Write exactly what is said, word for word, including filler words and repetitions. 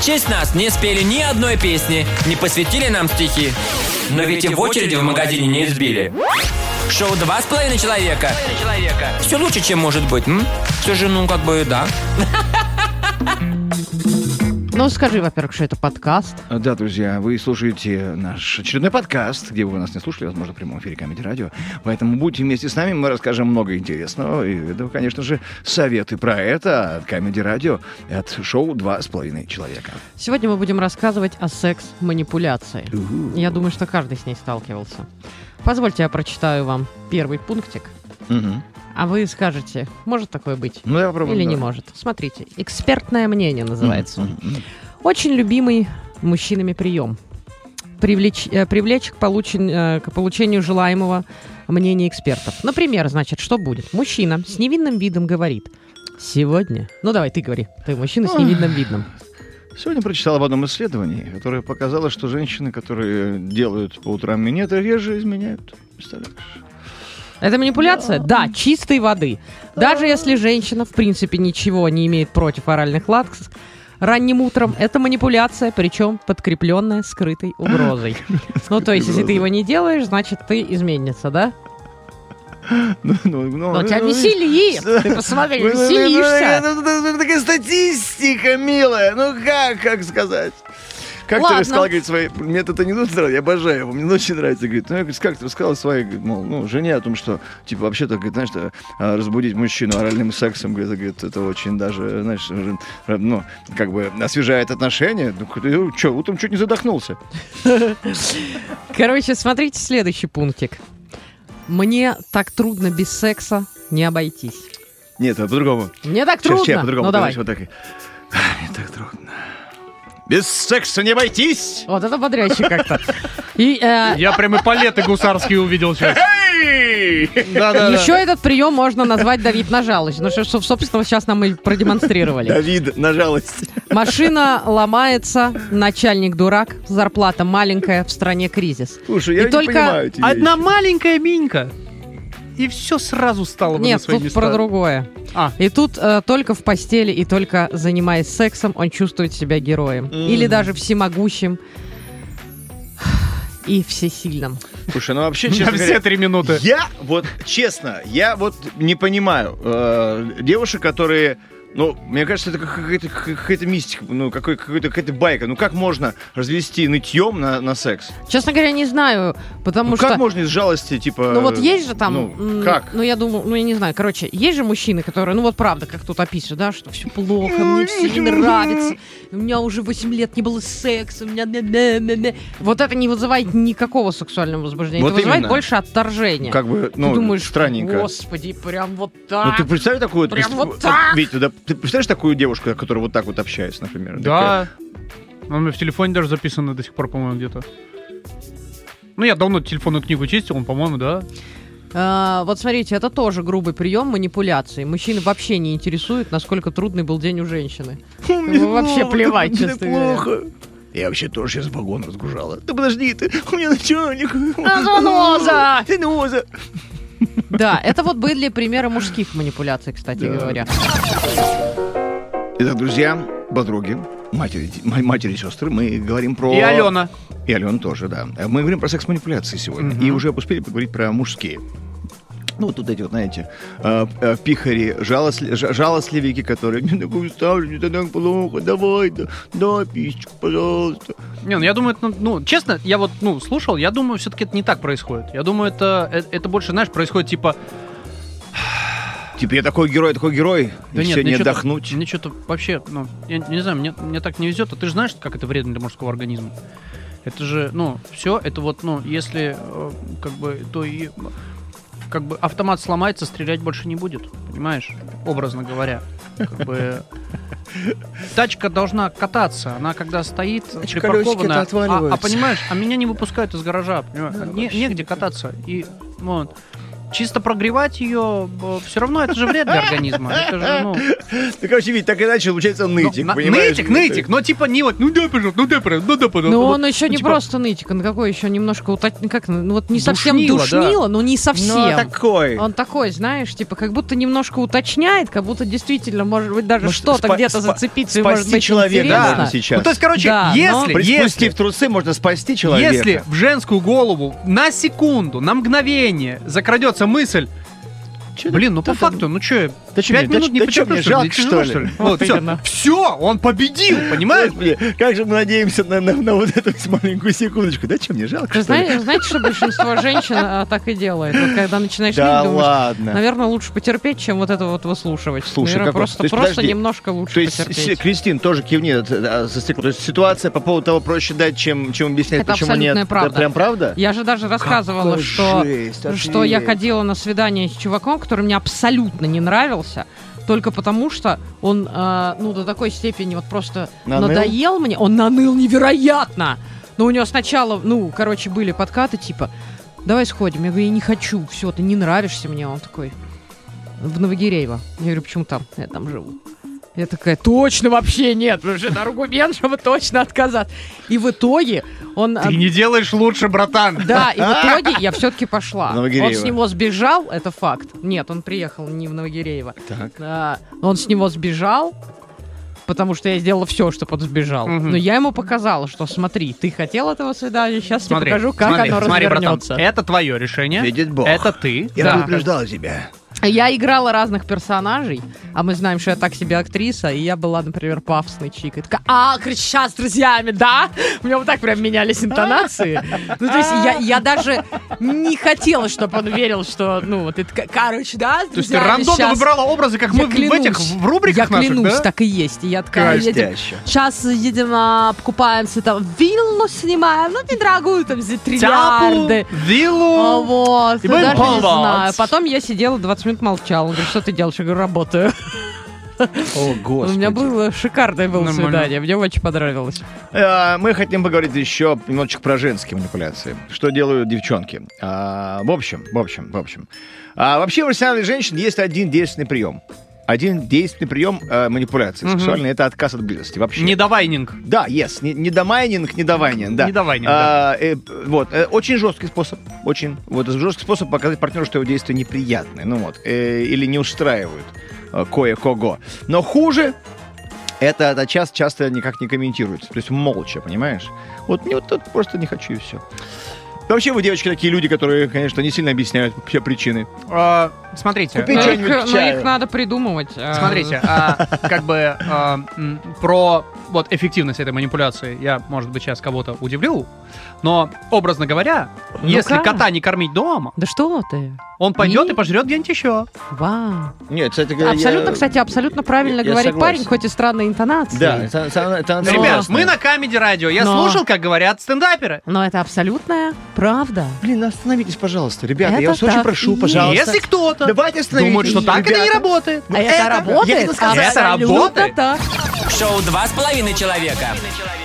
честь нас не спели ни одной песни, не посвятили нам стихи. Но ведь и в очереди в магазине не избили. Шоу «Два с половиной человека». Все лучше, чем может быть. М? Все же, ну, как бы, да. Ну, скажи, во-первых, что это подкаст. Да, друзья, вы слушаете наш очередной подкаст, где вы нас не слушали, возможно, в прямом эфире Comedy Radio. Поэтому будьте вместе с нами, мы расскажем много интересного. И это, конечно же, советы про это от Comedy Radio, от шоу «Два с половиной человека». Сегодня мы будем рассказывать о секс-манипуляции. У-у. Я думаю, что каждый с ней сталкивался. Позвольте, я прочитаю вам первый пунктик. Угу. А вы скажете, может такое быть? Ну, я попробую. Или да. не может. Смотрите, экспертное мнение называется. Мгм, мгм. Очень любимый мужчинами прием. Привлечь, э, привлечь к, получен, э, к получению желаемого мнения экспертов. Например, значит, что будет? Мужчина с невинным видом говорит: сегодня... Ну, давай, ты говори. Ты мужчина с невинным видом. Сегодня прочитал об одном исследовании, которое показало, что женщины, которые делают по утрам минет, реже изменяют. Представляешь? Это манипуляция? Да, чистой воды. Даже если женщина, в принципе, ничего не имеет против оральных ласк, ранним утром это манипуляция, причем подкрепленная скрытой угрозой. Ну, то есть, если ты его не делаешь, значит, ты изменница, да? Ну, ну, ну, Но тебя ну, веселит. Ты посмотри, ну, ну, веселишься. ну, ну, ну, ну, Такая статистика, милая. Ну как, как сказать? Как Ладно. ты рассказал, говорит, свои... Мне это анекдот нравится, я обожаю его, мне очень нравится. Говорит, ну, я, говорит, как ты рассказал своей, говорит, мол, ну, жене о том, что, типа, вообще-то, говорит, знаешь, что, а, разбудить мужчину оральным сексом, говорит, говорит, это очень даже, знаешь, ну, как бы освежает отношения. Ну, что, утром чуть не задохнулся. Короче, смотрите следующий пунктик. Мне так трудно без секса не обойтись. Нет, это по-другому. Мне так Сейчас, трудно. сейчас, по-другому. Ну, давай. Знаешь, вот так. Ах, мне так трудно. Без секса не обойтись! Вот это бодряще как-то. И э, Я прям эполеты гусарские увидел сейчас. Эй! еще этот прием можно назвать «давить на жалость». Ну, что, собственно, сейчас нам и продемонстрировали. Давид, на жалость. Машина ломается, начальник дурак, зарплата маленькая, в стране кризис. Слушай, И я не только понимаю эти Одна вещи. маленькая минька. И все сразу стало бы на Нет, свои тут места. про другое. А. И тут э, только в постели и только занимаясь сексом он чувствует себя героем. М. Или даже всемогущим и всесильным. Слушай, ну вообще, На честно все говоря, три минуты. я вот, честно, я вот не понимаю э, девушек, которые... Ну, мне кажется, это какая-то, какая-то мистика, ну, какой, какой-то, какая-то байка. Ну, как можно развести нытьем на, на секс? Честно говоря, не знаю, потому Ну, что... как можно из жалости, типа... Ну вот есть же там, Ну, м, как? ну я думаю, ну я не знаю, короче, есть же мужчины, которые, ну вот правда, как тут описывают, да, что все плохо, мне все не нравится, у меня уже восемь лет не было секса, у меня... мя-мя-мя-мя». Вот это не вызывает никакого сексуального возбуждения, Вот это вызывает именно. больше отторжения. Как бы, ну, Ты думаешь, странненько. господи, прям вот так. Ну, ты представь такую... Прям ты- вот так. Витя, да, ты представляешь такую девушку, которая вот так вот общается, например? Да. У меня в телефоне даже записано до сих пор, по-моему, где-то. Ну, я давно телефонную книгу чистил, он, по-моему, да. А, вот смотрите, это тоже грубый прием манипуляции. Мужчины вообще не интересует, насколько трудный был день у женщины. Ему вообще плевать, мне честно говоря. плохо. Я вообще тоже сейчас вагон разгружала. Да подожди ты, у меня начальник. А, заноза! Заноза! Да, это вот были примеры мужских манипуляций, кстати Да. говоря. Итак, друзья, подруги, матери, м- матери и сестры, мы говорим про... И Алена. И Алена тоже, да. Мы говорим про секс-манипуляции сегодня. Мгм. И уже успели поговорить про мужские. Ну, вот тут эти вот, знаете, э, э, пихари, жалостли- жа- жалостливики, которые «Не такую ставлю, не так плохо, давай, да, да, писечку, пожалуйста». Не, ну я думаю, это, ну, ну, честно, я вот, ну, слушал, я думаю, все-таки это не так происходит. Я думаю, это, это, это больше, знаешь, происходит типа... Типа, я такой герой, такой герой, и все, не мне чё-то- отдохнуть. Мне что-то вообще, ну, я не знаю, мне, мне так не везет, а ты же знаешь, как это вредно для мужского организма. Это же, ну, все, это вот, ну, если, э, как бы, то и, как бы, автомат сломается, стрелять больше не будет, понимаешь, образно говоря. Как бы, тачка должна кататься, она когда стоит Значит, припаркована, колесики-то а, а отваливаются. понимаешь, а меня не выпускают из гаража, понимаешь? Не- негде кататься, и, вот. чисто прогревать ее, все равно это же вред для организма. Это же, ну... Ну, короче, ведь так иначе получается нытик, ну, понимаешь? Нытик, нытик, но типа не вот, ну дай, пожалуйста, ну дай, пожалуйста, ну дай, пожалуйста. Ну, вот, он еще ну, не типа, просто нытик, он какой еще немножко, уточ- как, ну вот не совсем Душнило, душнило, но не совсем. Ну, такой. Он такой, знаешь, типа, как будто немножко уточняет, как будто действительно, может быть, даже Может, что-то спа- где-то спа- зацепиться, и спасти может быть человека интересно. можно сейчас. Ну, то есть, короче, Да, но- если, Приспустив если, трусы, можно спасти человека. если в женскую голову на секунду, на мгновение закрадется мысль, Чё блин, ты- ну по ты- факту, ну что, Да чё пять мне, минут да не чё- да чё потерплю, мне, что ли? жалко, Тяжело, что ли? Вот, Вот все, именно. все, он победил, понимаешь? Господи, как же мы надеемся на, на- на вот эту маленькую секундочку. Да что, мне жалко, Вы что ли? знаете, знаете, что большинство женщин а, так и делает? Вот когда начинаешь Да видеть, думаешь, ладно. наверное, лучше потерпеть, чем вот это вот выслушивать. Слушай, Наверное, как вот- просто, то есть, просто подожди. немножко лучше То есть, С- потерпеть. Кристин, тоже кивни э, э, со стеклом. То есть ситуация по поводу того, проще дать, чем, чем объяснять, Это почему абсолютная нет. правда. Это прям правда? Я же даже рассказывала, Какая что, жесть, что я офигеть. ходила на свидание с чуваком, который мне абсолютно не нравился, только потому что он, э, ну, до такой степени вот просто Наныл? надоел мне. Он наныл невероятно. Но у него сначала, ну, короче, были подкаты, типа, давай сходим. Я говорю, я не хочу, все, ты не нравишься мне. Он такой, в Новогиреево. Я говорю, почему там? Я там живу. Я такая, точно вообще нет, потому что это аргумент, чтобы точно отказаться. И в итоге он... Ты не делаешь лучше, братан. Да, и в итоге я все-таки пошла. Он Новогиреево. с него сбежал, это факт. Нет, он приехал не в Новогиреево. Так. Да, он с него сбежал, потому что я сделала все, чтобы он сбежал. Мгм. Но я ему показала, что смотри, ты хотел этого свидания, сейчас Смотри, тебе покажу, как смотри, оно смотри, братан, развернется. это твое решение. Видит Бог. Это ты. Я Да. предупреждал тебя. Я играла разных персонажей, а мы знаем, что я так себе актриса, и я была, например, пафосной чикой. Такая, а, короче, сейчас с друзьями, да? У меня вот так прям менялись интонации. Ну, то есть я, я даже не хотела, чтобы он верил, что, ну, вот это, короче, да, с То есть ты друзьями рандомно щас- выбрала образы, как Я мы в- в этих клянусь, в рубриках Я наших, клянусь, да? так и есть. И я такая, едем, Костяще. сейчас едем, а, покупаемся, там, виллу снимаем, ну, недорогую, там, за триллиарды. Тяпу, виллу. А, вот, И ну, будем даже не плавать. знаю. Потом я сидела, двадцать минут молчала. Он говорит, что ты делаешь? Я говорю, работаю. О, У господи. меня было шикарное было Нормально. свидание, мне очень понравилось. Э, Мы хотим поговорить еще немножечко про женские манипуляции. Что делают девчонки. А, В общем, в общем, в общем. А, Вообще в арсенале женщин есть один действенный прием. Один действенный прием э, манипуляции Мгм. сексуальной — это отказ от близости. Вообще. Недовайнинг. Да, yes. Не, не домайнинг, не давайнинг, да. Недовайнинг, А, э, вот. э, Очень жесткий способ. Очень. Вот жесткий способ показать партнеру, что его действия неприятные. Ну вот. э, Или не устраивают э, кое-кого. Но хуже это, это часто, часто никак не комментируется. То есть молча, понимаешь? Вот мне вот тут просто не хочу, и все. Вообще вы, девочки, такие люди, которые, конечно, не сильно объясняют все причины. А, Смотрите. Купи Но что их, нибудь к но чаю. их надо придумывать. а, Смотрите, а, как бы а, м, про вот эффективность этой манипуляции я, может быть, сейчас кого-то удивлю, но, образно говоря, Ну-ка. если кота не кормить дома, Да что ты? он пойдет Не. и пожрет где-нибудь еще. Вау. Нет, кстати говоря, Абсолютно, я- кстати, абсолютно правильно я говорит согласен. парень, хоть и странной интонации. Да, это, это- это Но- Ребят, согласна. мы на Камеди Радио. Я Но. слушал, как говорят стендаперы. Но это абсолютная правда. Блин, остановитесь, пожалуйста. Ребята, Это я вас очень так прошу, и пожалуйста. Если кто-то Давайте остановитесь. думает, что так это не ребята. работает. А это, это- работает? я хотел сказать, это Абсолютно работает. так. Шоу «Два с половиной человека».